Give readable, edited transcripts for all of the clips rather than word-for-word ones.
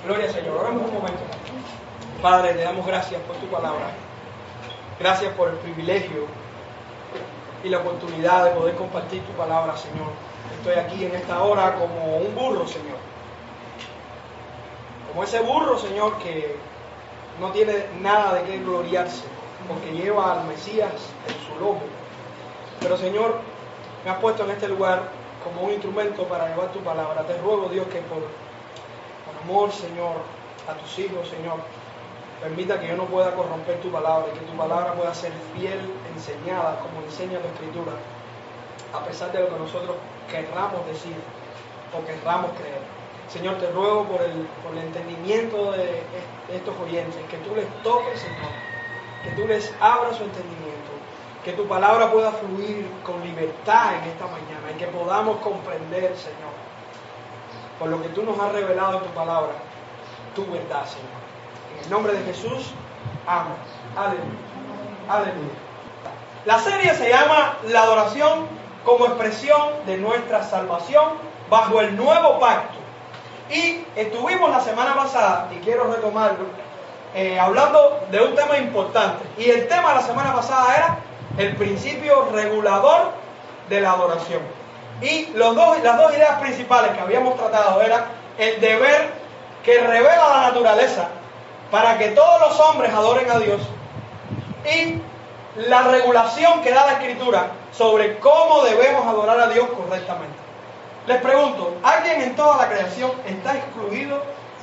Gloria al Señor. Oramos un momento. Padre, te damos gracias por tu palabra. Gracias por el privilegio y la oportunidad de poder compartir tu palabra, Señor. Estoy aquí en esta hora como un burro, Señor. Como ese burro, Señor, que no tiene nada de qué gloriarse, porque lleva al Mesías en su lomo. Pero, Señor, me has puesto en este lugar como un instrumento para llevar tu palabra. Te ruego, Dios, que por amor, Señor, a tus hijos, Señor, permita que yo no pueda corromper tu palabra y que tu palabra pueda ser fiel, enseñada como enseña la Escritura, a pesar de lo que nosotros querramos decir o querramos creer. Señor, te ruego por el entendimiento de estos oyentes, que tú les toques, Señor, que tú les abras su entendimiento, que tu palabra pueda fluir con libertad en esta mañana y que podamos comprender, Señor, por lo que tú nos has revelado en tu palabra, tu verdad, Señor. En el nombre de Jesús, amén. Aleluya. Aleluya. La serie se llama La adoración como expresión de nuestra salvación bajo el nuevo pacto. Y estuvimos la semana pasada, y quiero retomarlo, hablando de un tema importante. Y el tema de la semana pasada era el principio regulador de la adoración. Y las dos ideas principales que habíamos tratado era el deber que revela la naturaleza para que todos los hombres adoren a Dios, y la regulación que da la Escritura sobre cómo debemos adorar a Dios correctamente. Les pregunto, ¿alguien en toda la creación está excluido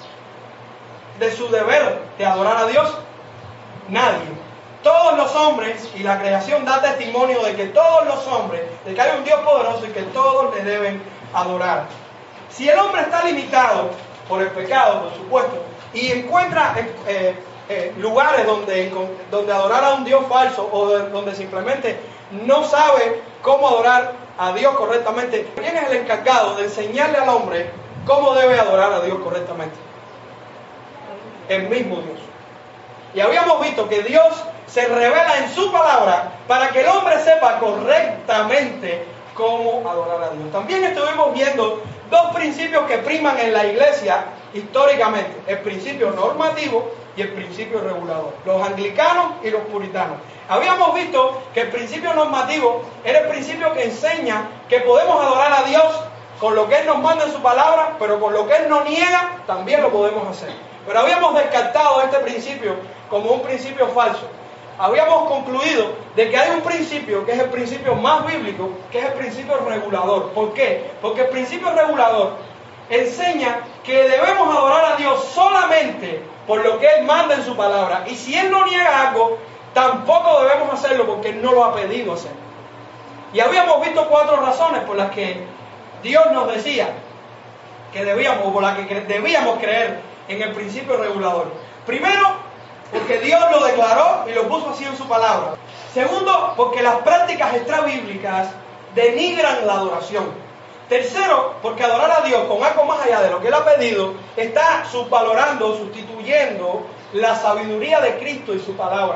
de su deber de adorar a Dios? Nadie. Todos los hombres, y la creación da testimonio de que todos los hombres, de que hay un Dios poderoso y que todos le deben adorar. Si el hombre está limitado por el pecado, por supuesto, y encuentra lugares donde adorar a un Dios falso, o donde simplemente no sabe cómo adorar a Dios correctamente, ¿quién es el encargado de enseñarle al hombre cómo debe adorar a Dios correctamente? El mismo Dios. Y habíamos visto que Dios se revela en su palabra para que el hombre sepa correctamente cómo adorar a Dios. También estuvimos viendo dos principios que priman en la iglesia históricamente: el principio normativo y el principio regulador. Los anglicanos y los puritanos. Habíamos visto que el principio normativo era el principio que enseña que podemos adorar a Dios con lo que Él nos manda en su palabra, pero con lo que Él no niega, también lo podemos hacer. Pero habíamos descartado este principio como un principio falso. Habíamos concluido de que hay un principio que es el principio más bíblico, que es el principio regulador. ¿Por qué? Porque el principio regulador enseña que debemos adorar a Dios solamente por lo que Él manda en su palabra. Y si Él no niega algo, tampoco debemos hacerlo porque Él no lo ha pedido hacer. Y habíamos visto 4 razones por las que Dios nos decía que debíamos, o por las que debíamos creer en el principio regulador. Primero, porque Dios lo declaró y lo puso así en su palabra. Segundo, porque las prácticas extrabíblicas denigran la adoración. Tercero, porque adorar a Dios con algo más allá de lo que Él ha pedido está subvalorando, sustituyendo la sabiduría de Cristo y su palabra.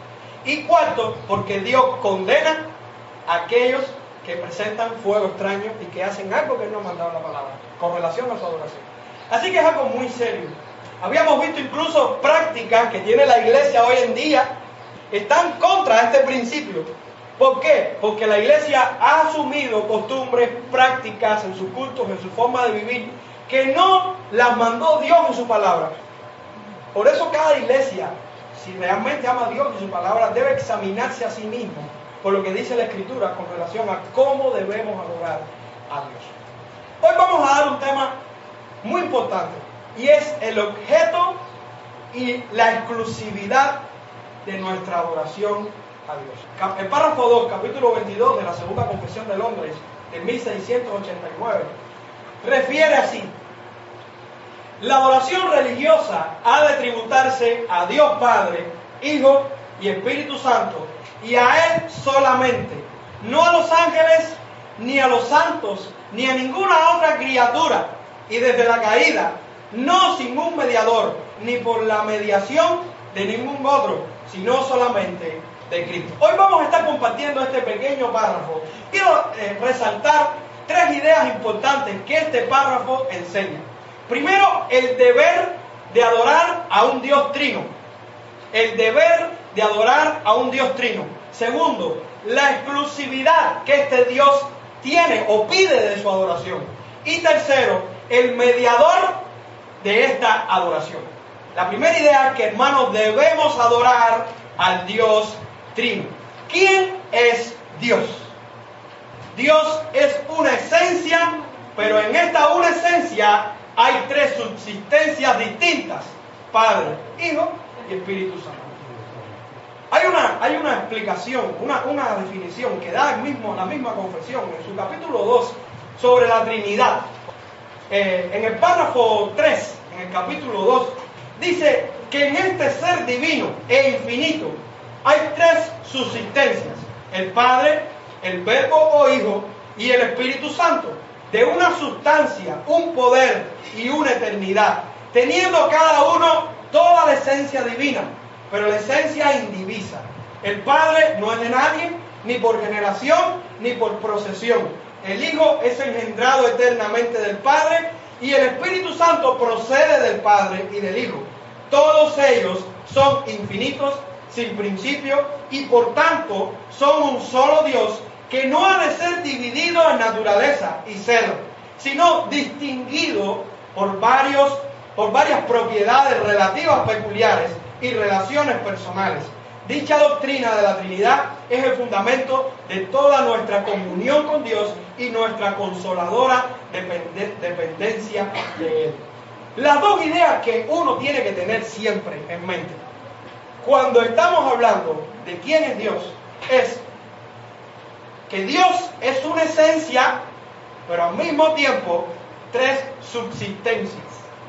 Y cuarto, porque Dios condena a aquellos que presentan fuego extraño y que hacen algo que Él no ha mandado en la palabra con relación a su adoración. Así que es algo muy serio. Habíamos visto incluso prácticas que tiene la iglesia hoy en día están contra este principio. ¿Por qué? Porque la iglesia ha asumido costumbres, prácticas en sus cultos, en su forma de vivir, que no las mandó Dios en su palabra. Por eso cada iglesia, si realmente ama a Dios y su palabra, debe examinarse a sí mismo por lo que dice la Escritura con relación a cómo debemos adorar a Dios. Hoy vamos a dar un tema muy importante, y es el objeto y la exclusividad de nuestra adoración a Dios. El párrafo 2, capítulo 22 de la Segunda Confesión de Londres, de 1689, refiere así: la adoración religiosa ha de tributarse a Dios Padre, Hijo y Espíritu Santo, y a Él solamente, no a los ángeles, ni a los santos, ni a ninguna otra criatura, y desde la caída, no sin un mediador, ni por la mediación de ningún otro, sino solamente de Cristo. Hoy vamos a estar compartiendo este pequeño párrafo. Quiero resaltar 3 ideas importantes que este párrafo enseña. Primero, el deber de adorar a un Dios trino. El deber de adorar a un Dios trino. Segundo, la exclusividad que este Dios tiene o pide de su adoración. Y tercero, el mediador de esta adoración. La primera idea es que, hermanos, debemos adorar al Dios trino. ¿Quién es Dios? Dios es una esencia, pero en esta una esencia hay tres subsistencias distintas: Padre, Hijo y Espíritu Santo. Hay una explicación, una definición que da la misma confesión en su capítulo 2 sobre la Trinidad. En el párrafo 3, en el capítulo 2, dice que en este ser divino e infinito hay tres subsistencias: el Padre, el Verbo o Hijo y el Espíritu Santo, de una sustancia, un poder y una eternidad, teniendo cada uno toda la esencia divina, pero la esencia indivisa. El Padre no es de nadie, ni por generación, ni por procesión. El Hijo es engendrado eternamente del Padre, y el Espíritu Santo procede del Padre y del Hijo. Todos ellos son infinitos, sin principio, y por tanto son un solo Dios, que no ha de ser dividido en naturaleza y ser, sino distinguido por varias propiedades relativas peculiares y relaciones personales. Dicha doctrina de la Trinidad es el fundamento de toda nuestra comunión con Dios y nuestra consoladora dependencia de Él. Las dos ideas que uno tiene que tener siempre en mente cuando estamos hablando de quién es Dios es que Dios es una esencia, pero al mismo tiempo tres subsistencias.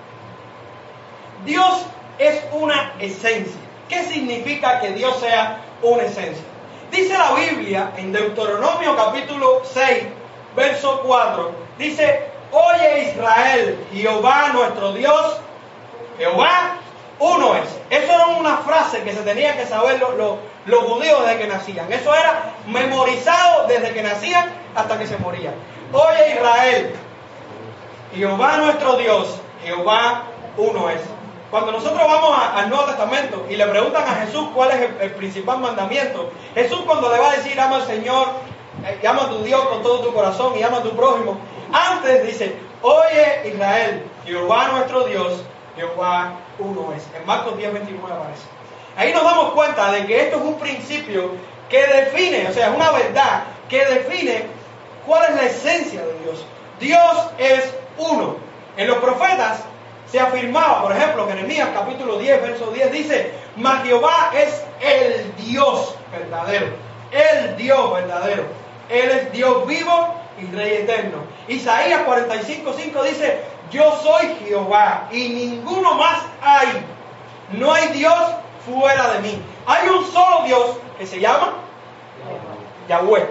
Dios es una esencia. ¿Qué significa que Dios sea una esencia? Dice la Biblia en Deuteronomio capítulo 6, verso 4, dice: oye Israel, Jehová nuestro Dios, Jehová uno es. Eso era una frase que se tenía que saber los judíos desde que nacían. Eso era memorizado desde que nacían hasta que se morían. Oye Israel, Jehová nuestro Dios, Jehová uno es. Cuando nosotros vamos al Nuevo Testamento y le preguntan a Jesús cuál es el principal mandamiento, Jesús, cuando le va a decir ama al Señor, ama a tu Dios con todo tu corazón y ama a tu prójimo, antes dice: oye Israel, Jehová nuestro Dios, Jehová uno es. En Marcos 10:29 aparece. Ahí nos damos cuenta de que esto es un principio que define, o sea, es una verdad que define cuál es la esencia de Dios. Dios es uno. En los profetas se afirmaba, por ejemplo, Jeremías capítulo 10, verso 10 dice: mas Jehová es el Dios verdadero. El Dios verdadero. Él es Dios vivo y Rey eterno. Isaías 45:5 dice: yo soy Jehová y ninguno más hay. No hay Dios fuera de mí. Hay un solo Dios que se llama Yahweh.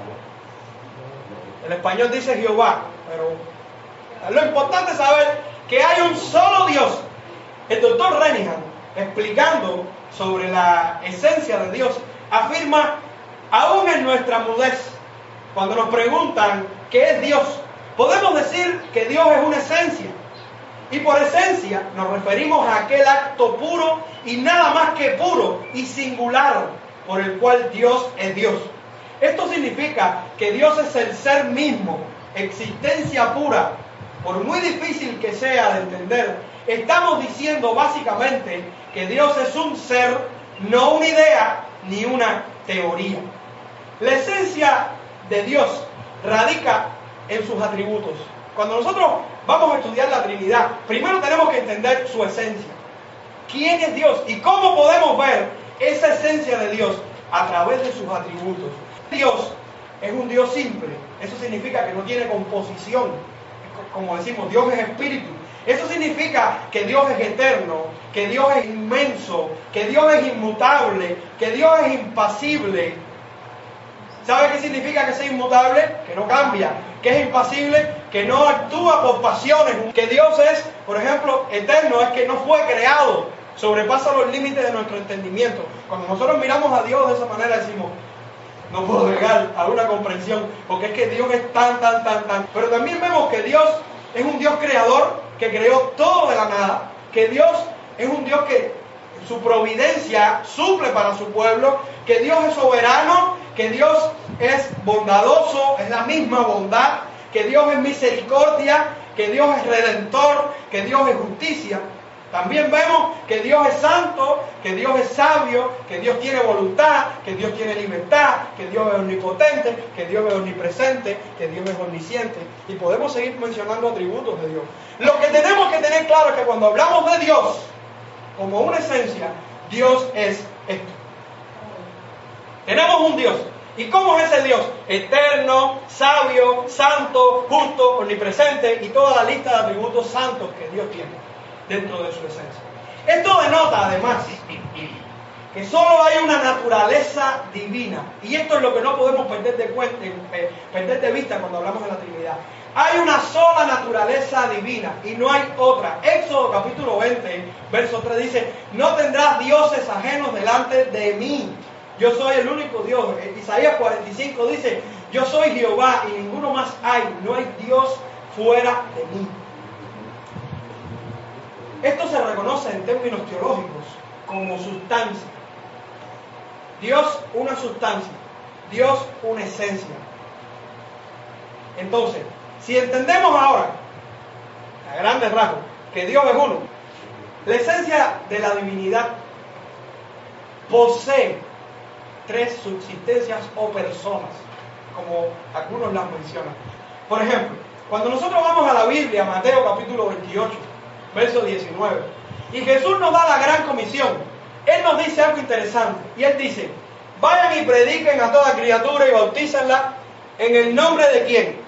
En español dice Jehová, pero lo importante es saber que hay un solo Dios. El doctor Renihan, explicando sobre la esencia de Dios, afirma: aún en nuestra mudez, cuando nos preguntan qué es Dios, podemos decir que Dios es una esencia. Y por esencia nos referimos a aquel acto puro y nada más que puro y singular por el cual Dios es Dios. Esto significa que Dios es el ser mismo, existencia pura. Por muy difícil que sea de entender, estamos diciendo básicamente que Dios es un ser, no una idea ni una teoría. La esencia de Dios radica en sus atributos. Cuando nosotros vamos a estudiar la Trinidad, primero tenemos que entender su esencia. ¿Quién es Dios? ¿Y cómo podemos ver esa esencia de Dios? A través de sus atributos. Dios es un Dios simple. Eso significa que no tiene composición. Como decimos, Dios es espíritu. Eso significa que Dios es eterno, que Dios es inmenso, que Dios es inmutable, que Dios es impasible. ¿Sabe qué significa que sea inmutable? Que no cambia. Que es impasible, que no actúa por pasiones. Que Dios es, por ejemplo, eterno, es que no fue creado, sobrepasa los límites de nuestro entendimiento. Cuando nosotros miramos a Dios de esa manera decimos: no puedo llegar a una comprensión, porque es que Dios es tan. Pero también vemos que Dios es un Dios creador, que creó todo de la nada, que Dios es un Dios que su providencia suple para su pueblo, que Dios es soberano, que Dios es bondadoso, es la misma bondad, que Dios es misericordia, que Dios es redentor, que Dios es justicia. También vemos que Dios es santo, que Dios es sabio, que Dios tiene voluntad, que Dios tiene libertad, que Dios es omnipotente, que Dios es omnipresente, que Dios es omnisciente. Y podemos seguir mencionando atributos de Dios. Lo que tenemos que tener claro es que cuando hablamos de Dios como una esencia, Dios es esto. Tenemos un Dios. ¿Y cómo es ese Dios? Eterno, sabio, santo, justo, omnipresente y toda la lista de atributos santos que Dios tiene dentro de su esencia. Esto denota además que solo hay una naturaleza divina, y esto es lo que no podemos perder de vista cuando hablamos de la Trinidad. Hay una sola naturaleza divina y no hay otra. Éxodo capítulo 20, verso 3 dice: no tendrás dioses ajenos delante de mí. Yo soy el único Dios. Isaías 45 dice: yo soy Jehová y ninguno más hay. No hay Dios fuera de mí. Esto se reconoce en términos teológicos como sustancia. Dios, una sustancia. Dios, una esencia. Entonces, si entendemos ahora, a grandes rasgos, que Dios es uno, la esencia de la divinidad posee tres subsistencias o personas, como algunos las mencionan. Por ejemplo, cuando nosotros vamos a la Biblia, Mateo capítulo 28, verso 19, y Jesús nos da la gran comisión, Él nos dice algo interesante, y Él dice: vayan y prediquen a toda criatura y bautícenla en el nombre de ¿quién?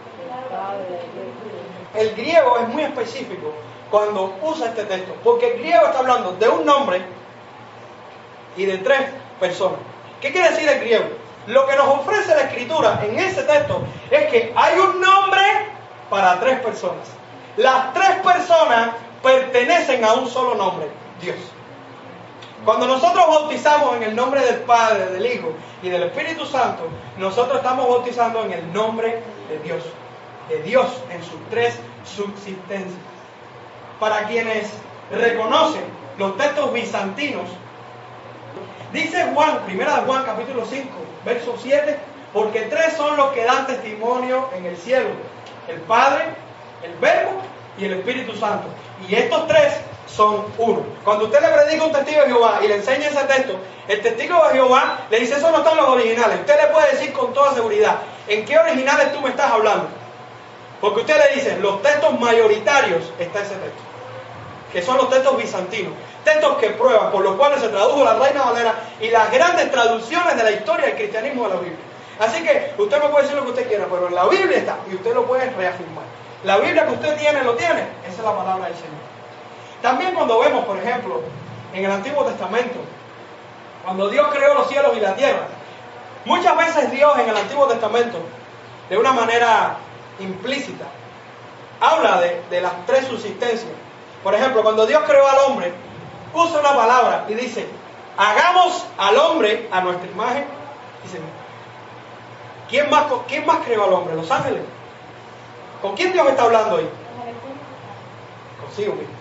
El griego es muy específico cuando usa este texto, porque el griego está hablando de un nombre y de tres personas. ¿Qué quiere decir el griego? Lo que nos ofrece la Escritura en ese texto es que hay un nombre para tres personas. Las tres personas pertenecen a un solo nombre: Dios. Cuando nosotros bautizamos en el nombre del Padre, del Hijo y del Espíritu Santo, nosotros estamos bautizando en el nombre de Dios en sus tres subsistencias. Para quienes reconocen los textos bizantinos, dice Juan, primera de Juan capítulo 5, verso 7, porque tres son los que dan testimonio en el cielo: el Padre, el Verbo y el Espíritu Santo. Y estos tres son uno. Cuando usted le predica a un testigo de Jehová y le enseña ese texto, el testigo de Jehová le dice: eso no está en los originales. Usted le puede decir con toda seguridad: ¿en qué originales tú me estás hablando? Porque usted le dice: los textos mayoritarios está ese texto, que son los textos bizantinos, textos que prueban, por los cuales se tradujo la Reina Valera y las grandes traducciones de la historia del cristianismo de la Biblia. Así que usted me puede decir lo que usted quiera, pero en la Biblia está, y usted lo puede reafirmar. La Biblia que usted tiene, lo tiene. Esa es la palabra del Señor. También cuando vemos, por ejemplo, en el Antiguo Testamento, cuando Dios creó los cielos y la tierra, muchas veces Dios en el Antiguo Testamento, de una manera implícita, habla de las tres subsistencias. Por ejemplo, cuando Dios creó al hombre, usa una palabra y dice: hagamos al hombre a nuestra imagen. Dice: ¿quién más creó al hombre? ¿Los ángeles? ¿Con quién Dios está hablando ahí? Consigo mismo.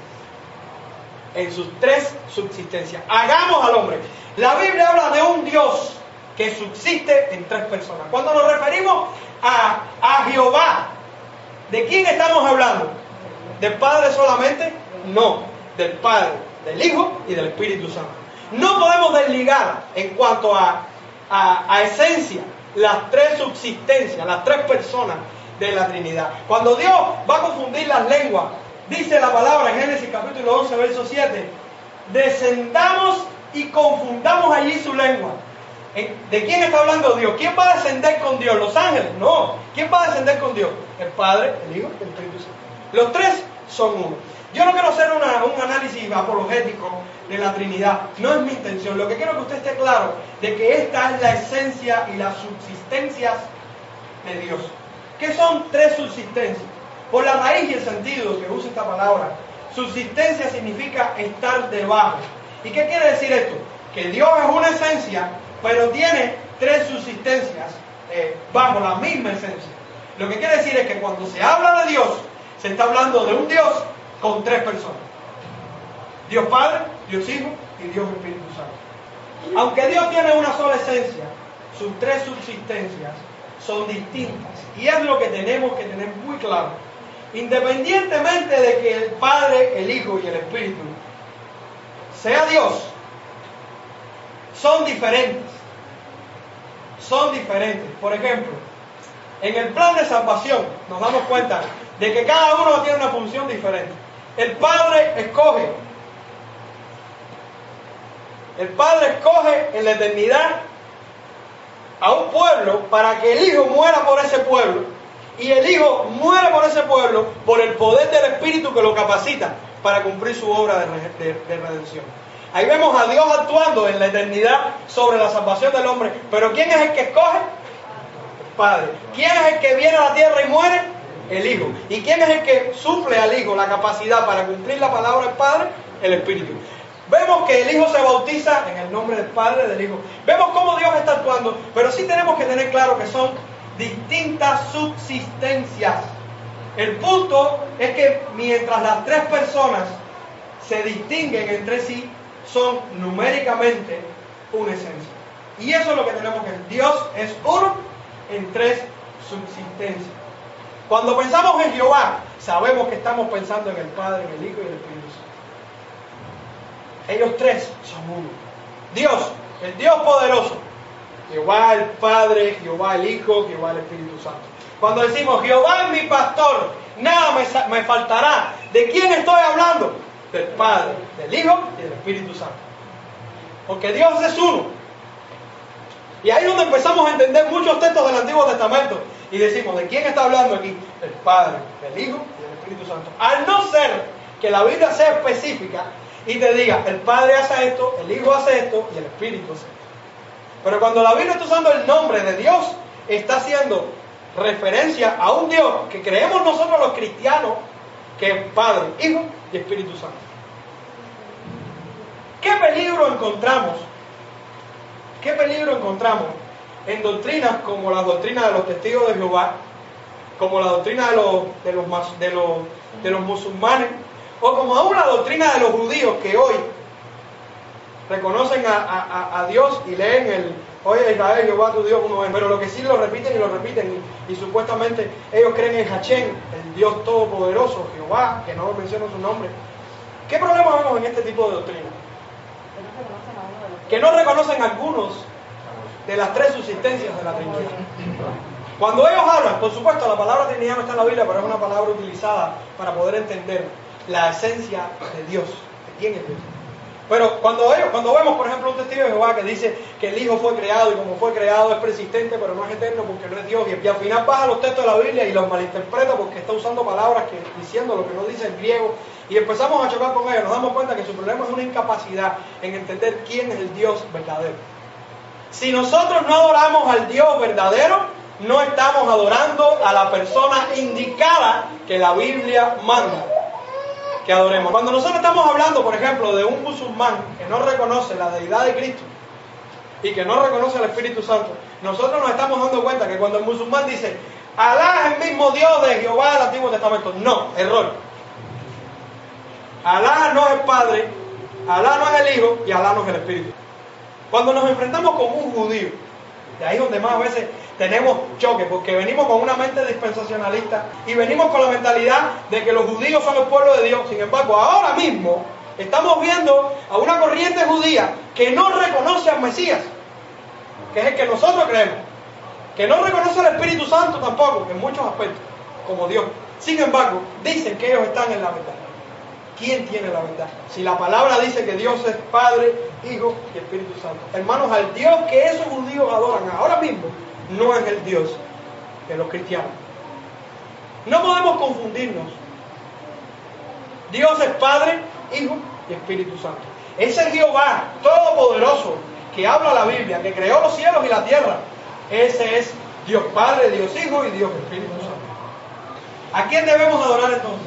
En sus tres subsistencias. Hagamos al hombre. La Biblia habla de un Dios que subsiste en tres personas. Cuando nos referimos a Jehová, ¿de quién estamos hablando? ¿Del Padre solamente? No, del Padre, del Hijo y del Espíritu Santo. No podemos desligar en cuanto a esencia las tres subsistencias, las tres personas de la Trinidad. Cuando Dios va a confundir las lenguas, dice la palabra en Génesis capítulo 11, verso 7, descendamos y confundamos allí su lengua. ¿De quién está hablando Dios? ¿Quién va a descender con Dios? ¿Los ángeles? No. ¿Quién va a descender con Dios? El Padre, el Hijo y el Espíritu Santo. Los tres son uno. Yo no quiero hacer un análisis apologético de la Trinidad. No es mi intención. Lo que quiero es que usted esté claro de que esta es la esencia y las subsistencias de Dios. ¿Qué son tres subsistencias? Por la raíz y el sentido que usa esta palabra, subsistencia significa estar debajo. ¿Y qué quiere decir esto? Que Dios es una esencia, pero tiene tres subsistencias bajo la misma esencia. Lo que quiere decir es que cuando se habla de Dios, se está hablando de un Dios con tres personas. Dios Padre, Dios Hijo y Dios Espíritu Santo. Aunque Dios tiene una sola esencia, sus tres subsistencias son distintas. Y es lo que tenemos que tener muy claro. Independientemente de que el Padre, el Hijo y el Espíritu sea Dios, son diferentes. Son diferentes. Por ejemplo, en el plan de salvación nos damos cuenta de que cada uno tiene una función diferente. El Padre escoge en la eternidad a un pueblo para que el Hijo muera por ese pueblo, y el Hijo muere por ese pueblo por el poder del Espíritu que lo capacita para cumplir su obra de redención. Ahí vemos a Dios actuando en la eternidad sobre la salvación del hombre. Pero ¿quién es el que escoge? El Padre. ¿Quién es el que viene a la tierra y muere? El Hijo. ¿Y quién es el que suple al Hijo la capacidad para cumplir la palabra del Padre? El Espíritu. Vemos que el Hijo se bautiza en el nombre del Padre, del Hijo. Vemos cómo Dios está actuando, pero sí tenemos que tener claro que son distintas subsistencias. El punto es que mientras las tres personas se distinguen entre sí, son numéricamente una esencia. Y eso es lo que tenemos que ver. Dios es uno en tres subsistencias. Cuando pensamos en Jehová, sabemos que estamos pensando en el Padre, en el Hijo y en el Espíritu Santo. Ellos tres son uno. Dios, el Dios poderoso, Jehová el Padre, Jehová el Hijo, Jehová el Espíritu Santo. Cuando decimos Jehová es mi pastor, nada me faltará. ¿De quién estoy hablando? Del Padre, del Hijo y del Espíritu Santo. Porque Dios es uno. Y ahí es donde empezamos a entender muchos textos del Antiguo Testamento. Y decimos, ¿de quién está hablando aquí? Del Padre, del Hijo y del Espíritu Santo. Al no ser que la Biblia sea específica y te diga, el Padre hace esto, el Hijo hace esto y el Espíritu hace esto. Pero cuando la Biblia está usando el nombre de Dios, está haciendo referencia a un Dios que creemos nosotros los cristianos, que es Padre, Hijo y Espíritu Santo. ¿Qué peligro encontramos? ¿Qué peligro encontramos en doctrinas como las doctrinas de los testigos de Jehová, como la doctrina de los musulmanes, o como aún la doctrina de los judíos que hoy reconocen a Dios y leen oye Israel, Jehová tu Dios uno es, pero lo que sí lo repiten y supuestamente ellos creen en Hachén, el Dios todopoderoso, Jehová, que no menciona su nombre. ¿Qué problema vemos en este tipo de doctrina? Que no reconocen algunos de las tres subsistencias de la Trinidad. Cuando ellos hablan, por supuesto la palabra Trinidad no está en la Biblia, pero es una palabra utilizada para poder entender la esencia de Dios, de quién es Dios. Pero cuando vemos, por ejemplo, un testigo de Jehová que dice que el Hijo fue creado y como fue creado es persistente, pero no es eterno porque no es Dios, y al final baja los textos de la Biblia y los malinterpreta porque está usando palabras diciendo lo que no dice en griego, y empezamos a chocar con ellos, nos damos cuenta que su problema es una incapacidad en entender quién es el Dios verdadero. Si nosotros no adoramos al Dios verdadero, no estamos adorando a la persona indicada que la Biblia manda que adoremos. Cuando nosotros estamos hablando, por ejemplo, de un musulmán que no reconoce la deidad de Cristo y que no reconoce el Espíritu Santo, nosotros nos estamos dando cuenta que cuando el musulmán dice Alá es el mismo Dios de Jehová del Antiguo Testamento, no, error. Alá no es el Padre, Alá no es el Hijo y Alá no es el Espíritu. Cuando nos enfrentamos con un judío, de ahí donde más veces tenemos choque, porque venimos con una mente dispensacionalista y venimos con la mentalidad de que los judíos son el pueblo de Dios. Sin embargo, ahora mismo estamos viendo a una corriente judía que no reconoce al Mesías, que es el que nosotros creemos, que no reconoce al Espíritu Santo tampoco, en muchos aspectos, como Dios. Sin embargo, dicen que ellos están en la verdad. ¿Quién tiene la verdad? Si la palabra dice que Dios es Padre, Hijo y Espíritu Santo. Hermanos, al Dios que esos judíos adoran ahora mismo, no es el Dios de los cristianos. No podemos confundirnos. Dios es Padre, Hijo y Espíritu Santo. Ese Jehová todopoderoso que habla la Biblia, que creó los cielos y la tierra, ese es Dios Padre, Dios Hijo y Dios Espíritu Santo. ¿A quién debemos adorar entonces?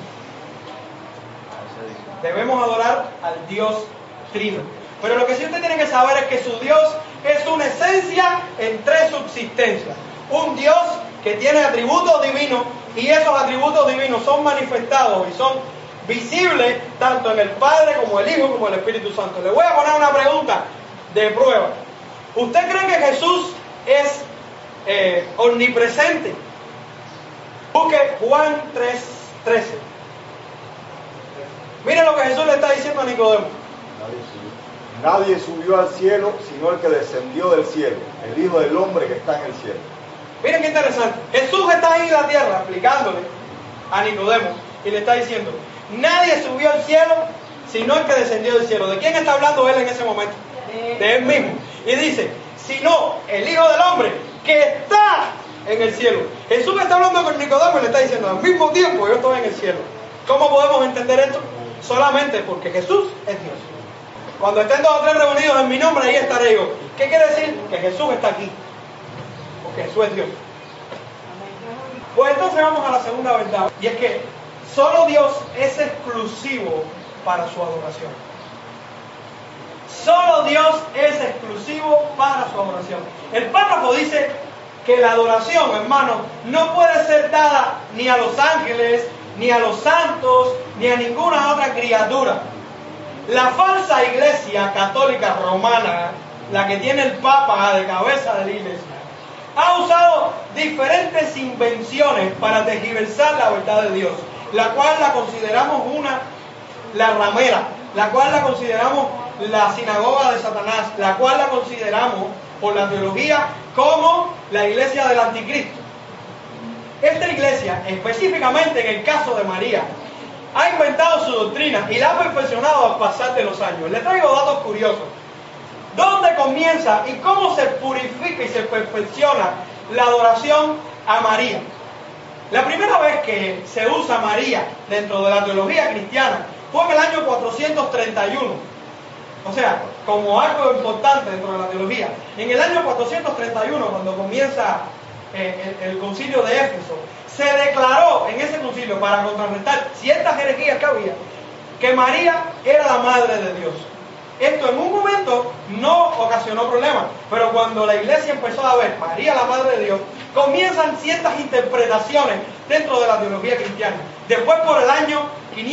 Debemos adorar al Dios Trino. Pero lo que sí usted tiene que saber es que su Dios es una esencia en tres subsistencias. Un Dios que tiene atributos divinos y esos atributos divinos son manifestados y son visible tanto en el Padre como el Hijo como el Espíritu Santo. Le voy a poner una pregunta de prueba. ¿Usted cree que Jesús es omnipresente? Busque Juan 3:13. Mire lo que Jesús le está diciendo a Nicodemo. Nadie subió al cielo sino el que descendió del cielo, el Hijo del Hombre que está en el cielo. Miren qué interesante. Jesús está ahí en la tierra explicándole a Nicodemo y le está diciendo: nadie subió al cielo sino el que descendió del cielo. ¿De quién está hablando él en ese momento? De él mismo. Y dice: sino el Hijo del Hombre que está en el cielo. Jesús está hablando con Nicodemo y le está diciendo: al mismo tiempo yo estoy en el cielo. ¿Cómo podemos entender esto? Solamente porque Jesús es Dios. Cuando estén 2 o 3 reunidos en mi nombre, ahí estaré yo. ¿Qué quiere decir? Que Jesús está aquí. Porque Jesús es Dios. Pues entonces vamos a la segunda verdad. Y es que solo Dios es exclusivo para su adoración. Solo Dios es exclusivo para su adoración. El párrafo dice que la adoración, hermano, no puede ser dada ni a los ángeles, ni a los santos, ni a ninguna otra criatura. La falsa iglesia católica romana, la que tiene el Papa de cabeza de la iglesia, ha usado diferentes invenciones para tergiversar la verdad de Dios, la cual la consideramos la ramera, la cual la consideramos la sinagoga de Satanás, la cual la consideramos por la teología como la iglesia del anticristo. Esta iglesia, específicamente en el caso de María, ha inventado su doctrina y la ha perfeccionado al pasar de los años. Les traigo datos curiosos. ¿Dónde comienza y cómo se purifica y se perfecciona la adoración a María? La primera vez que se usa María dentro de la teología cristiana fue en el año 431. O sea, como algo importante dentro de la teología. En el año 431, cuando comienza el concilio de Éfeso, se declaró en ese concilio, para contrarrestar ciertas herejías que había, que María era la madre de Dios. Esto en un momento no ocasionó problemas, pero cuando la iglesia empezó a ver María la madre de Dios, comienzan ciertas interpretaciones dentro de la teología cristiana. Después, por el año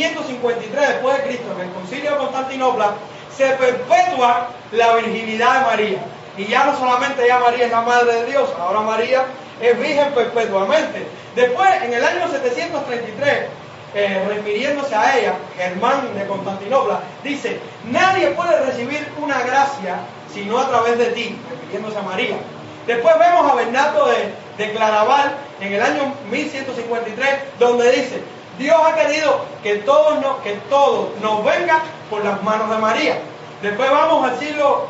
553 después de Cristo, en el concilio de Constantinopla, se perpetúa la virginidad de María. Y ya no solamente ya María es la madre de Dios, ahora María es virgen perpetuamente. Después, en el año 733, refiriéndose a ella, Germán de Constantinopla, dice: nadie puede recibir una gracia sino a través de ti, refiriéndose a María. Después vemos a Bernardo de Claraval en el año 1153, donde dice: Dios ha querido que todo nos venga por las manos de María. Después vamos al siglo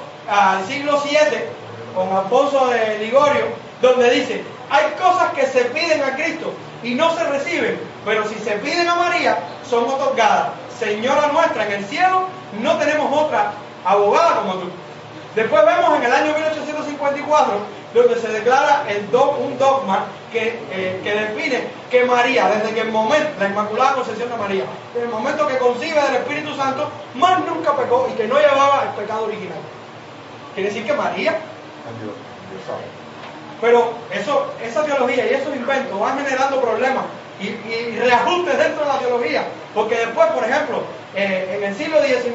VII, con Alfonso de Ligorio, donde dice: hay cosas que se piden a Cristo y no se reciben, pero si se piden a María, son otorgadas. Señora nuestra, en el cielo no tenemos otra abogada como tú. Después vemos en el año 1854, donde se declara un dogma que define que María, desde que el momento, la Inmaculada Concepción de María, desde el momento que concibe del Espíritu Santo, más nunca pecó y que no llevaba el pecado original. Quiere decir que María, Dios sabe. pero esa teología y esos inventos van generando problemas y reajustes dentro de la teología, porque después, por ejemplo, en el siglo XIX,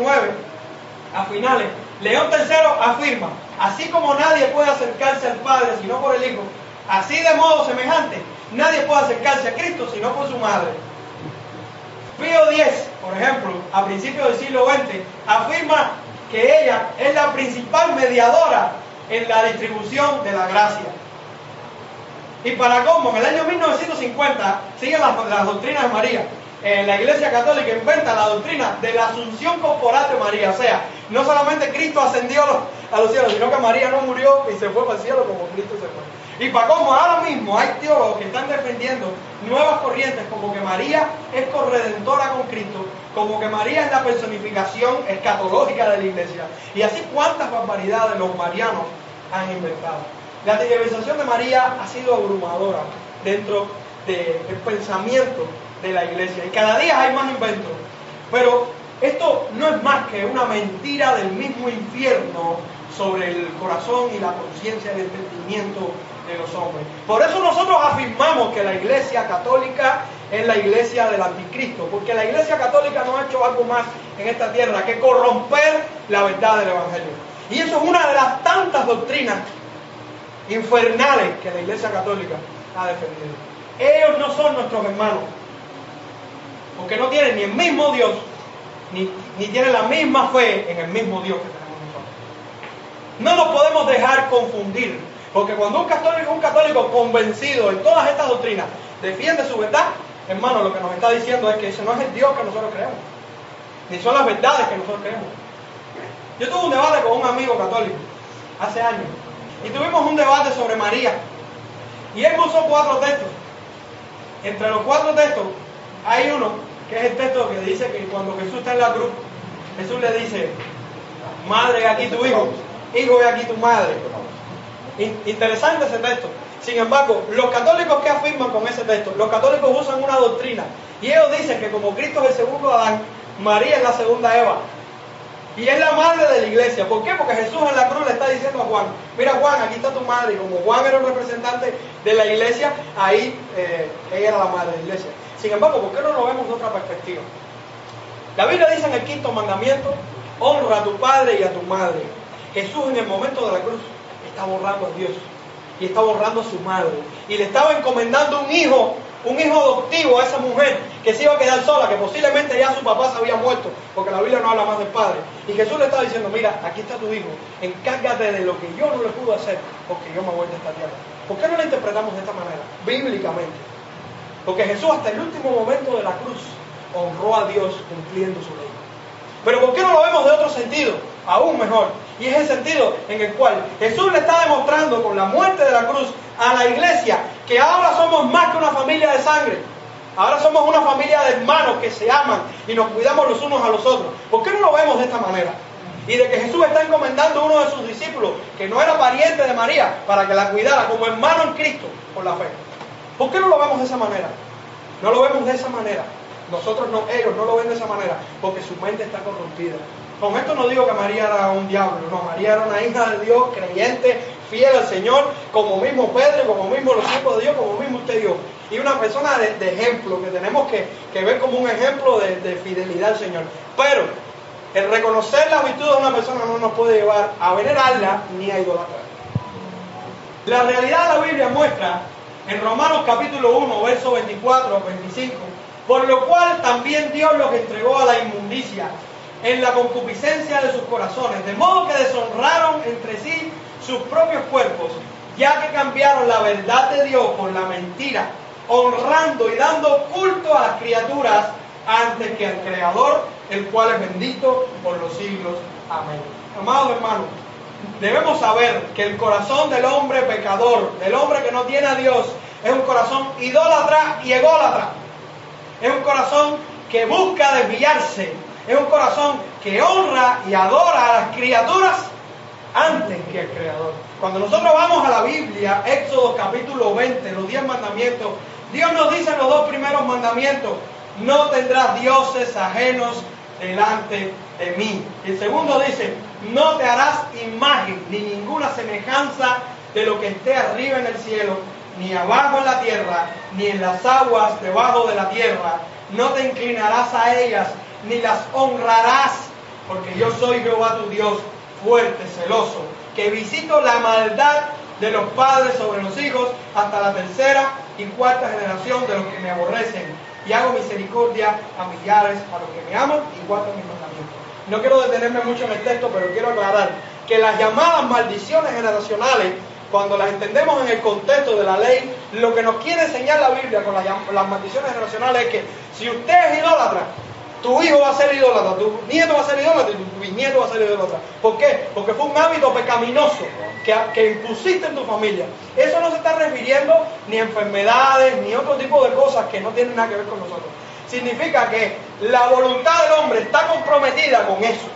a finales, León III afirma: así como nadie puede acercarse al Padre sino por el Hijo, así de modo semejante, nadie puede acercarse a Cristo sino por su madre. Pío X, por ejemplo, a principios del siglo XX, afirma que ella es la principal mediadora en la distribución de la gracia. Y para cómo, en el año 1950, siguen las doctrinas de María. La Iglesia Católica inventa la doctrina de la asunción corporal de María. O sea, no solamente Cristo ascendió a los cielos, sino que María no murió y se fue para el cielo como Cristo se fue. Y para cómo, ahora mismo hay teólogos que están defendiendo nuevas corrientes, como que María es corredentora con Cristo, como que María es la personificación escatológica de la Iglesia. Y así cuántas barbaridades los marianos han inventado. La tergiversación de María ha sido abrumadora dentro del pensamiento de la iglesia, y cada día hay más inventos, pero esto no es más que una mentira del mismo infierno sobre el corazón y la conciencia y el entendimiento de los hombres. Por eso nosotros afirmamos que la Iglesia Católica es la iglesia del anticristo, porque la iglesia católica no ha hecho algo más en esta tierra que corromper la verdad del evangelio. Y eso es una de las tantas doctrinas infernales que la iglesia católica ha defendido. Ellos no son nuestros hermanos, porque no tienen ni el mismo Dios, ni tienen la misma fe en el mismo Dios que tenemos nosotros. No nos podemos dejar confundir, porque cuando un católico convencido en todas estas doctrinas defiende su verdad, hermano, lo que nos está diciendo es que ese no es el Dios que nosotros creemos, ni son las verdades que nosotros creemos. Yo tuve un debate con un amigo católico hace años, y tuvimos un debate sobre María, y él me usó 4 textos. Entre los 4 textos hay uno que es el texto que dice que cuando Jesús está en la cruz, Jesús le dice: madre, he aquí tu hijo, hijo, he aquí tu madre. Interesante ese texto. Sin embargo, los católicos que afirman con ese texto, los católicos usan una doctrina, y ellos dicen que como Cristo es el segundo Adán, María es la segunda Eva, y es la madre de la iglesia. ¿Por qué? Porque Jesús en la cruz le está diciendo a Juan: mira, Juan, aquí está tu madre. Y como Juan era un representante de la iglesia, ahí ella era la madre de la iglesia. Sin embargo, ¿por qué no lo vemos de otra perspectiva? La Biblia dice en el 5.º mandamiento: honra a tu padre y a tu madre. Jesús en el momento de la cruz está borrando a Dios y está borrando a su madre, y le estaba encomendando un hijo adoptivo a esa mujer que se iba a quedar sola, que posiblemente ya su papá se había muerto, porque la Biblia no habla más del padre. Y Jesús le estaba diciendo: mira, aquí está tu hijo, encárgate de lo que yo no le pude hacer, porque yo me voy de esta tierra. ¿Por qué no la interpretamos de esta manera? Bíblicamente. Porque Jesús hasta el último momento de la cruz honró a Dios cumpliendo su ley. Pero ¿por qué no lo vemos de otro sentido? Aún mejor. Y es el sentido en el cual Jesús le está demostrando con la muerte de la cruz a la iglesia que ahora somos más que una familia de sangre. Ahora somos una familia de hermanos que se aman y nos cuidamos los unos a los otros. ¿Por qué no lo vemos de esta manera? Y de que Jesús está encomendando a uno de sus discípulos, que no era pariente de María, para que la cuidara como hermano en Cristo por la fe. ¿Por qué no lo vemos de esa manera? No lo vemos de esa manera. Nosotros no, ellos no lo ven de esa manera, porque su mente está corrompida. Con esto no digo que María era un diablo, no, María era una hija de Dios, creyente, fiel al Señor, como mismo Pedro, como mismo los hijos de Dios, como mismo usted y yo. Y una persona de ejemplo, que tenemos que ver como un ejemplo de fidelidad al Señor. Pero el reconocer la virtud de una persona no nos puede llevar a venerarla ni a idolatrar. La realidad de la Biblia muestra en Romanos capítulo 1, versos 24 a 25, por lo cual también Dios los entregó a la inmundicia en la concupiscencia de sus corazones, de modo que deshonraron entre sí sus propios cuerpos, ya que cambiaron la verdad de Dios por la mentira, honrando y dando culto a las criaturas antes que al Creador, el cual es bendito por los siglos. Amén. Amados hermanos, debemos saber que el corazón del hombre pecador, del hombre que no tiene a Dios, es un corazón idólatra y ególatra. Es un corazón que busca desviarse. Es un corazón que honra y adora a las criaturas antes que al Creador. Cuando nosotros vamos a la Biblia, Éxodo capítulo 20, los 10 mandamientos, Dios nos dice en los 2 primeros mandamientos: no tendrás dioses ajenos delante de mí. Y el segundo dice: no te harás imagen ni ninguna semejanza de lo que esté arriba en el cielo, ni abajo en la tierra, ni en las aguas debajo de la tierra. No te inclinarás a ellas, ni las honrarás, porque yo soy Jehová tu Dios, fuerte, celoso, que visito la maldad de los padres sobre los hijos hasta la 3ª y 4ª generación de los que me aborrecen, y hago misericordia a millares a los que me aman y guardan mis mandamientos. No quiero detenerme mucho en el texto, pero quiero aclarar que las llamadas maldiciones generacionales, cuando las entendemos en el contexto de la ley, lo que nos quiere enseñar la Biblia con las maldiciones generacionales es que si usted es idólatra, tu hijo va a ser idólatra, tu nieto va a ser idólatra y tu bisnieto va a ser idólatra. ¿Por qué? Porque fue un hábito pecaminoso que impusiste en tu familia. Eso no se está refiriendo ni a enfermedades, ni a otro tipo de cosas que no tienen nada que ver con nosotros. Significa que la voluntad del hombre está comprometida con eso.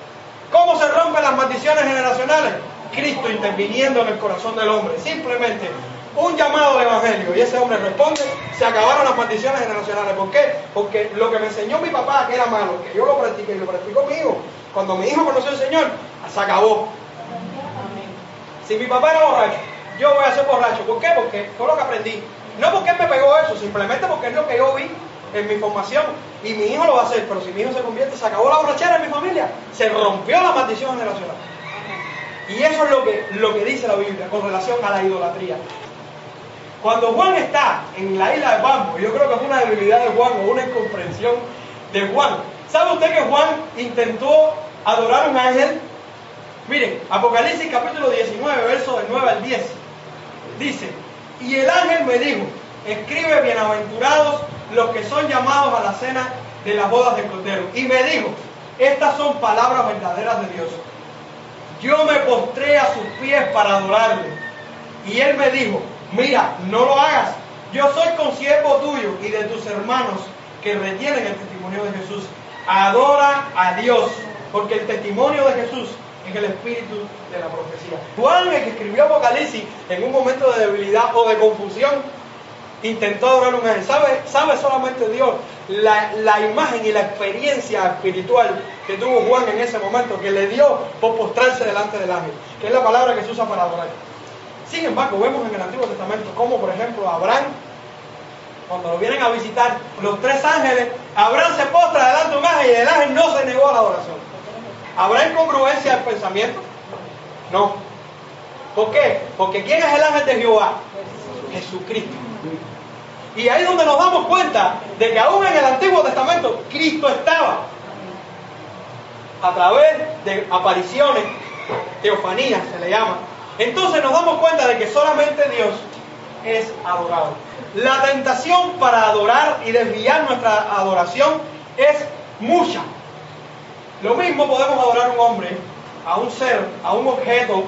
¿Cómo se rompen las maldiciones generacionales? Cristo interviniendo en el corazón del hombre. Simplemente un llamado al evangelio y ese hombre responde, se acabaron las maldiciones generacionales. ¿Por qué? Porque lo que me enseñó mi papá que era malo, que yo lo practiqué y lo practicó mi hijo, cuando mi hijo conoció al Señor, se acabó. Si mi papá era borracho, yo voy a ser borracho. ¿Por qué? Porque fue lo que aprendí. No porque Él me pegó eso, simplemente porque es lo que yo vi en mi formación. Y mi hijo lo va a hacer, pero si mi hijo se convierte, se acabó la borrachera en mi familia. Se rompió la maldición generacional. Y eso es lo que dice la Biblia con relación a la idolatría. Cuando Juan está en la isla de Patmos, yo creo que es una debilidad de Juan o una incomprensión de Juan. ¿Sabe usted que Juan intentó adorar a un ángel? Miren, Apocalipsis capítulo 19, versos del 9 al 10. Dice, y el ángel me dijo, escribe bienaventurados los que son llamados a la cena de las bodas del Cordero. Y me dijo, estas son palabras verdaderas de Dios. Yo me postré a sus pies para adorarle. Y él me dijo, mira, no lo hagas. Yo soy consiervo tuyo y de tus hermanos que retienen el testimonio de Jesús. Adora a Dios, porque el testimonio de Jesús es el espíritu de la profecía. Juan, el que escribió Apocalipsis, en un momento de debilidad o de confusión, intentó adorar a un ángel. ¿Sabe solamente Dios la imagen y la experiencia espiritual que tuvo Juan en ese momento, que le dio por postrarse delante del ángel, que es la palabra que se usa para adorar? Sin embargo, vemos en el Antiguo Testamento como, por ejemplo, Abraham, cuando lo vienen a visitar los tres ángeles, Abraham se postra delante de un ángel y el ángel no se negó a la adoración. ¿Habrá incongruencia del pensamiento? No. ¿Por qué? Porque ¿quién es el ángel de Jehová? Jesucristo. Y ahí es donde nos damos cuenta de que aún en el Antiguo Testamento Cristo estaba a través de apariciones, teofanías se le llama. Entonces nos damos cuenta de que solamente Dios es adorado. La tentación para adorar y desviar nuestra adoración es mucha. Lo mismo podemos adorar a un hombre, a un ser, a un objeto,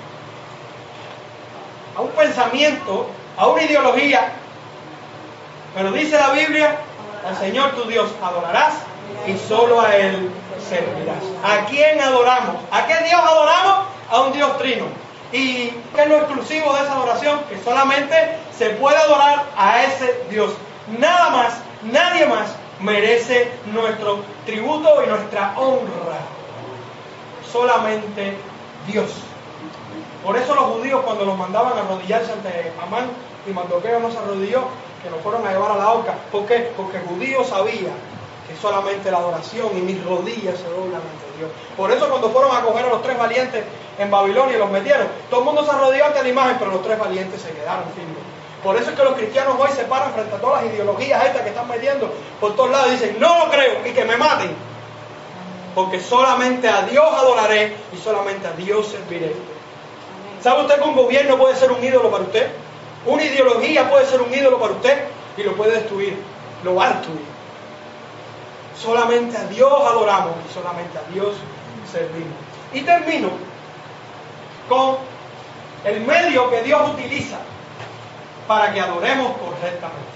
a un pensamiento, a una ideología. Pero dice la Biblia, al Señor tu Dios adorarás y solo a Él servirás. ¿A quién adoramos? ¿A qué Dios adoramos? A un Dios trino. ¿Y qué es lo exclusivo de esa adoración? Que solamente se puede adorar a ese Dios. Nada más, nadie más merece nuestro tributo y nuestra honra. Solamente Dios. Por eso los judíos, cuando los mandaban a arrodillarse ante Amán y Mardoqueo, no se arrodilló, que los fueron a llevar a la horca. ¿Por qué? Porque el judío sabía que solamente la adoración y mis rodillas se doblan ante Dios. Por eso cuando fueron a coger a los tres valientes en Babilonia y los metieron, todo el mundo se arrodilló ante la imagen, pero los tres valientes se quedaron firmes. Por eso es que los cristianos hoy se paran frente a todas las ideologías estas que están metiendo por todos lados y dicen, no lo creo, y que me maten. Porque solamente a Dios adoraré y solamente a Dios serviré. ¿Sabe usted que un gobierno puede ser un ídolo para usted? Una ideología puede ser un ídolo para usted y lo puede destruir, lo va a destruir. Solamente a Dios adoramos y solamente a Dios servimos. Y termino con el medio que Dios utiliza para que adoremos correctamente.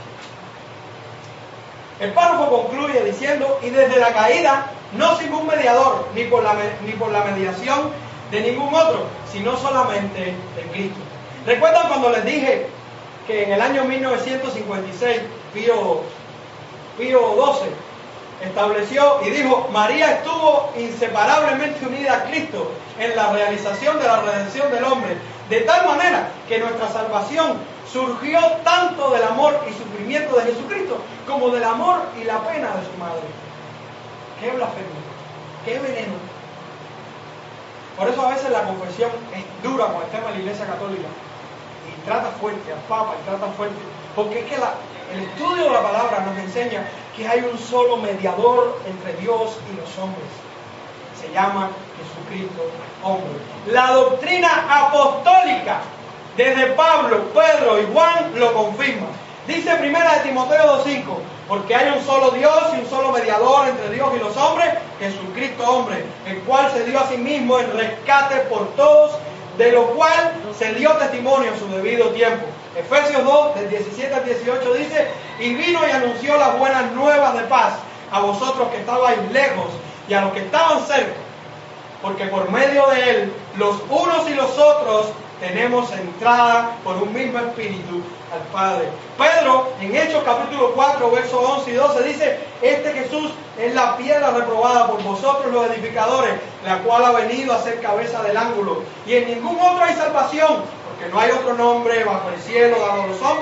El párrafo concluye diciendo, y desde la caída, no sin un mediador, ni por la mediación de ningún otro, sino solamente de Cristo. ¿Recuerdan cuando les dije que en el año 1956 Pío XII estableció y dijo, María estuvo inseparablemente unida a Cristo en la realización de la redención del hombre, de tal manera que nuestra salvación surgió tanto del amor y sufrimiento de Jesucristo como del amor y la pena de su madre? ¡Qué blasfemia! ¡Qué veneno! Por eso a veces la confesión es dura con el tema de la Iglesia Católica y trata fuerte al Papa y trata fuerte, porque es que el estudio de la palabra nos enseña que hay un solo mediador entre Dios y los hombres. Se llama Jesucristo, hombre. La doctrina apostólica, desde Pablo, Pedro y Juan, lo confirma. Dice 1 Timoteo 2:5, porque hay un solo Dios y un solo mediador entre Dios y los hombres, Jesucristo hombre, el cual se dio a sí mismo en rescate por todos, de lo cual se dio testimonio en su debido tiempo. Efesios 2, del 17 al 18 dice, y vino y anunció las buenas nuevas de paz a vosotros que estabais lejos y a los que estaban cerca, porque por medio de él, los unos y los otros tenemos entrada por un mismo espíritu al Padre. Pedro, en Hechos capítulo 4, versos 11 y 12, dice, este Jesús es la piedra reprobada por vosotros los edificadores, la cual ha venido a ser cabeza del ángulo. Y en ningún otro hay salvación, porque no hay otro nombre bajo el cielo dado a los hombres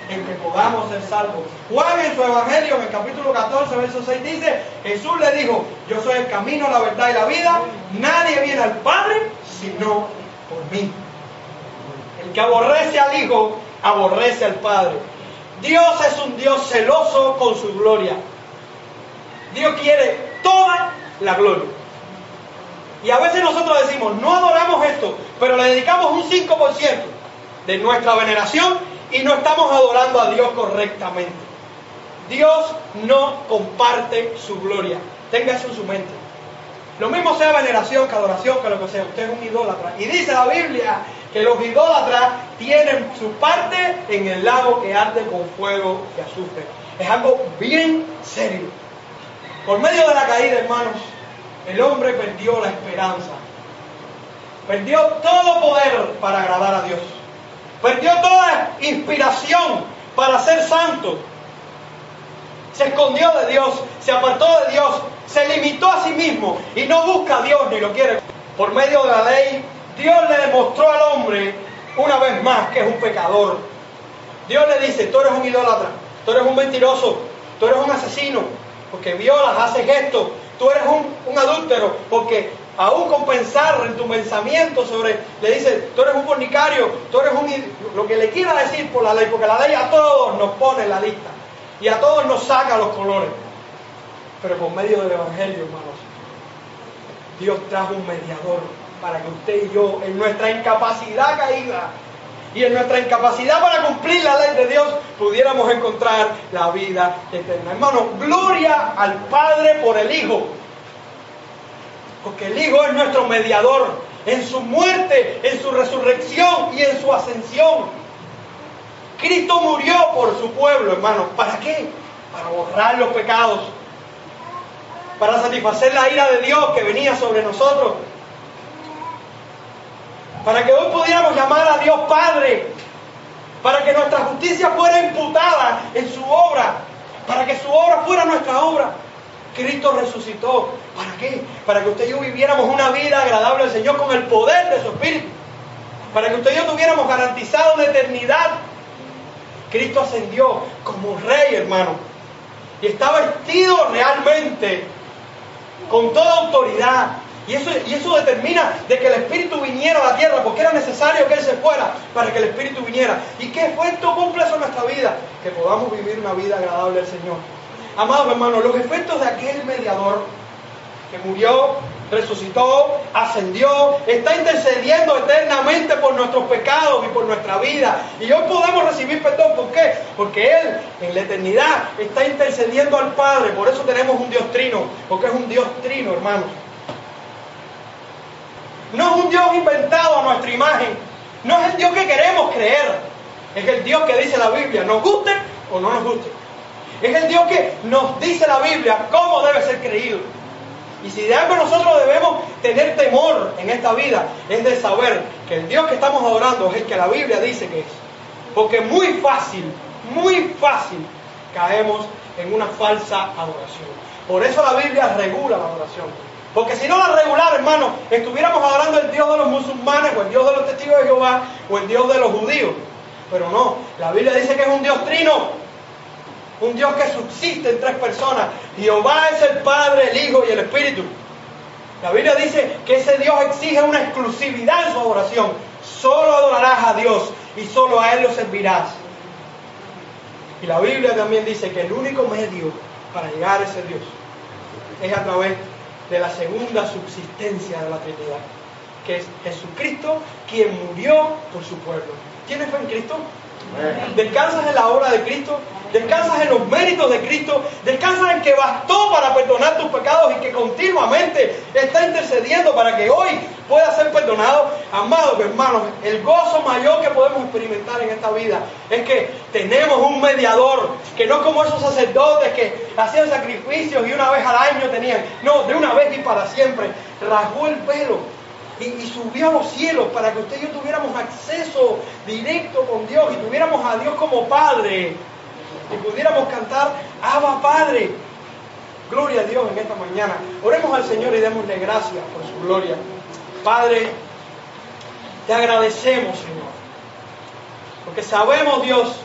en que podamos ser salvos. Juan en su Evangelio, en el capítulo 14, verso 6 dice, Jesús le dijo, yo soy el camino, la verdad y la vida, nadie viene al Padre sino por mí. El que aborrece al Hijo, aborrece al Padre. Dios es un Dios celoso con su gloria. Dios quiere toda la gloria. Y a veces nosotros decimos, no adoramos esto, pero le dedicamos un 5% de nuestra veneración y no estamos adorando a Dios correctamente. Dios no comparte su gloria. Tenga eso en su mente. Lo mismo sea veneración que adoración, que lo que sea. Usted es un idólatra. Y dice la Biblia que los idólatras tienen su parte en el lago que arde con fuego y azufre. Es algo bien serio. Por medio de la caída, hermanos, el hombre perdió la esperanza. Perdió todo poder para agradar a Dios. Perdió toda inspiración para ser santo. Se escondió de Dios, se apartó de Dios, se limitó a sí mismo y no busca a Dios ni lo quiere. Por medio de la ley, Dios le demostró al hombre una vez más que es un pecador. Dios le dice, tú eres un idólatra, tú eres un mentiroso, tú eres un asesino, porque violas, haces esto, tú eres un adúltero, porque aún con pensar en tu pensamiento sobre, le dice, tú eres un fornicario, tú eres lo que le quiera decir por la ley, porque la ley a todos nos pone en la lista y a todos nos saca los colores. Pero por medio del Evangelio, hermanos, Dios trajo un mediador para que usted y yo, en nuestra incapacidad caída y en nuestra incapacidad para cumplir la ley de Dios, pudiéramos encontrar la vida eterna. Hermano, gloria al Padre por el Hijo, porque el Hijo es nuestro mediador en su muerte, en su resurrección y en su ascensión. Cristo murió por su pueblo, hermano. ¿Para qué? Para borrar los pecados, para satisfacer la ira de Dios que venía sobre nosotros, para que hoy pudiéramos llamar a Dios Padre, para que nuestra justicia fuera imputada en su obra, para que su obra fuera nuestra obra. Cristo resucitó. ¿Para qué? Para que usted y yo viviéramos una vida agradable al Señor con el poder de su Espíritu, para que usted y yo tuviéramos garantizado una eternidad. Cristo ascendió como Rey, hermano, y está vestido realmente con toda autoridad. Y eso determina de que el Espíritu viniera a la tierra, porque era necesario que Él se fuera para que el Espíritu viniera. ¿Y qué efecto cumple eso en nuestra vida? Que podamos vivir una vida agradable al Señor. Amados hermanos, los efectos de aquel mediador que murió, resucitó, ascendió, está intercediendo eternamente por nuestros pecados y por nuestra vida. Y hoy podemos recibir perdón. ¿Por qué? Porque Él en la eternidad está intercediendo al Padre. Por eso tenemos un Dios trino, porque es un Dios trino, hermanos. No es un Dios inventado a nuestra imagen, no es el Dios que queremos creer, es el Dios que dice la Biblia, nos guste o no nos guste. Es el Dios que nos dice la Biblia cómo debe ser creído. Y si de algo nosotros debemos tener temor en esta vida, es de saber que el Dios que estamos adorando es el que la Biblia dice que es. Porque muy fácil caemos en una falsa adoración. Por eso la Biblia regula la adoración. Porque si no la regulara, hermano, estuviéramos adorando el Dios de los musulmanes, o el Dios de los testigos de Jehová, o el Dios de los judíos. Pero no, la Biblia dice que es un Dios trino, un Dios que subsiste en tres personas. Jehová es el Padre, el Hijo y el Espíritu. La Biblia dice que ese Dios exige una exclusividad en su adoración. Solo adorarás a Dios y solo a Él lo servirás. Y la Biblia también dice que el único medio para llegar a ese Dios es a través de la segunda subsistencia de la Trinidad, que es Jesucristo, quien murió por su pueblo. ¿Tienes fe en Cristo? ¿Descansas en la obra de Cristo? ¿Descansas en los méritos de Cristo? ¿Descansas en que bastó para perdonar tus pecados y que continuamente está intercediendo para que hoy pueda ser perdonado? Amados hermanos, el gozo mayor que podemos experimentar en esta vida es que tenemos un mediador, que no como esos sacerdotes que hacían sacrificios y una vez al año tenían, no, de una vez y para siempre, rasgó el pelo y subió a los cielos para que usted y yo tuviéramos acceso directo con Dios y tuviéramos a Dios como Padre y pudiéramos cantar Abba Padre. Gloria a Dios en esta mañana. Oremos al Señor y démosle gracias por su gloria. Padre, te agradecemos, Señor, porque sabemos, Dios,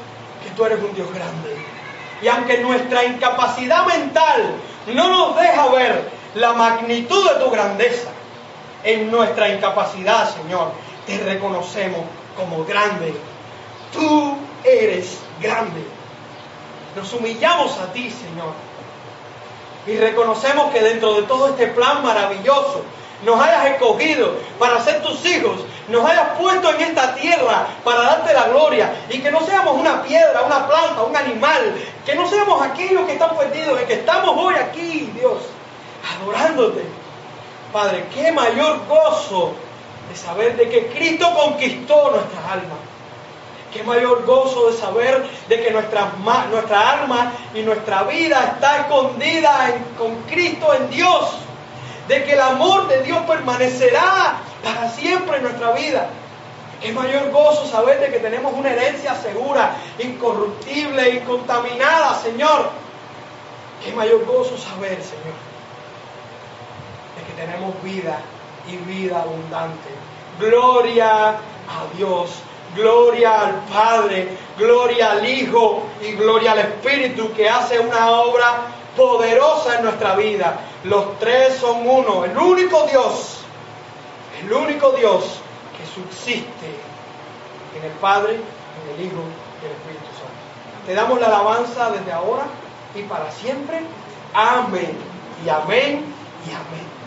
que tú eres un Dios grande. Y aunque nuestra incapacidad mental no nos deja ver la magnitud de tu grandeza, en nuestra incapacidad, Señor, te reconocemos como grande. Tú eres grande. Nos humillamos a ti, Señor. Y reconocemos que dentro de todo este plan maravilloso, nos hayas escogido para ser tus hijos, nos hayas puesto en esta tierra para darte la gloria, y que no seamos una piedra, una planta, un animal, que no seamos aquellos que están perdidos, que estamos hoy aquí, Dios, adorándote. Padre, qué mayor gozo de saber de que Cristo conquistó nuestras almas. Qué mayor gozo de saber de que nuestra alma y nuestra vida está escondida con Cristo en Dios. De que el amor de Dios permanecerá para siempre en nuestra vida. Qué mayor gozo saber de que tenemos una herencia segura, incorruptible, incontaminada, Señor. Qué mayor gozo saber, Señor, de que tenemos vida y vida abundante. Gloria a Dios, gloria al Padre, gloria al Hijo y gloria al Espíritu, que hace una obra poderosa en nuestra vida. Los tres son uno, el único Dios que subsiste en el Padre, en el Hijo y el Espíritu Santo. Te damos la alabanza desde ahora y para siempre. Amén y amén y amén.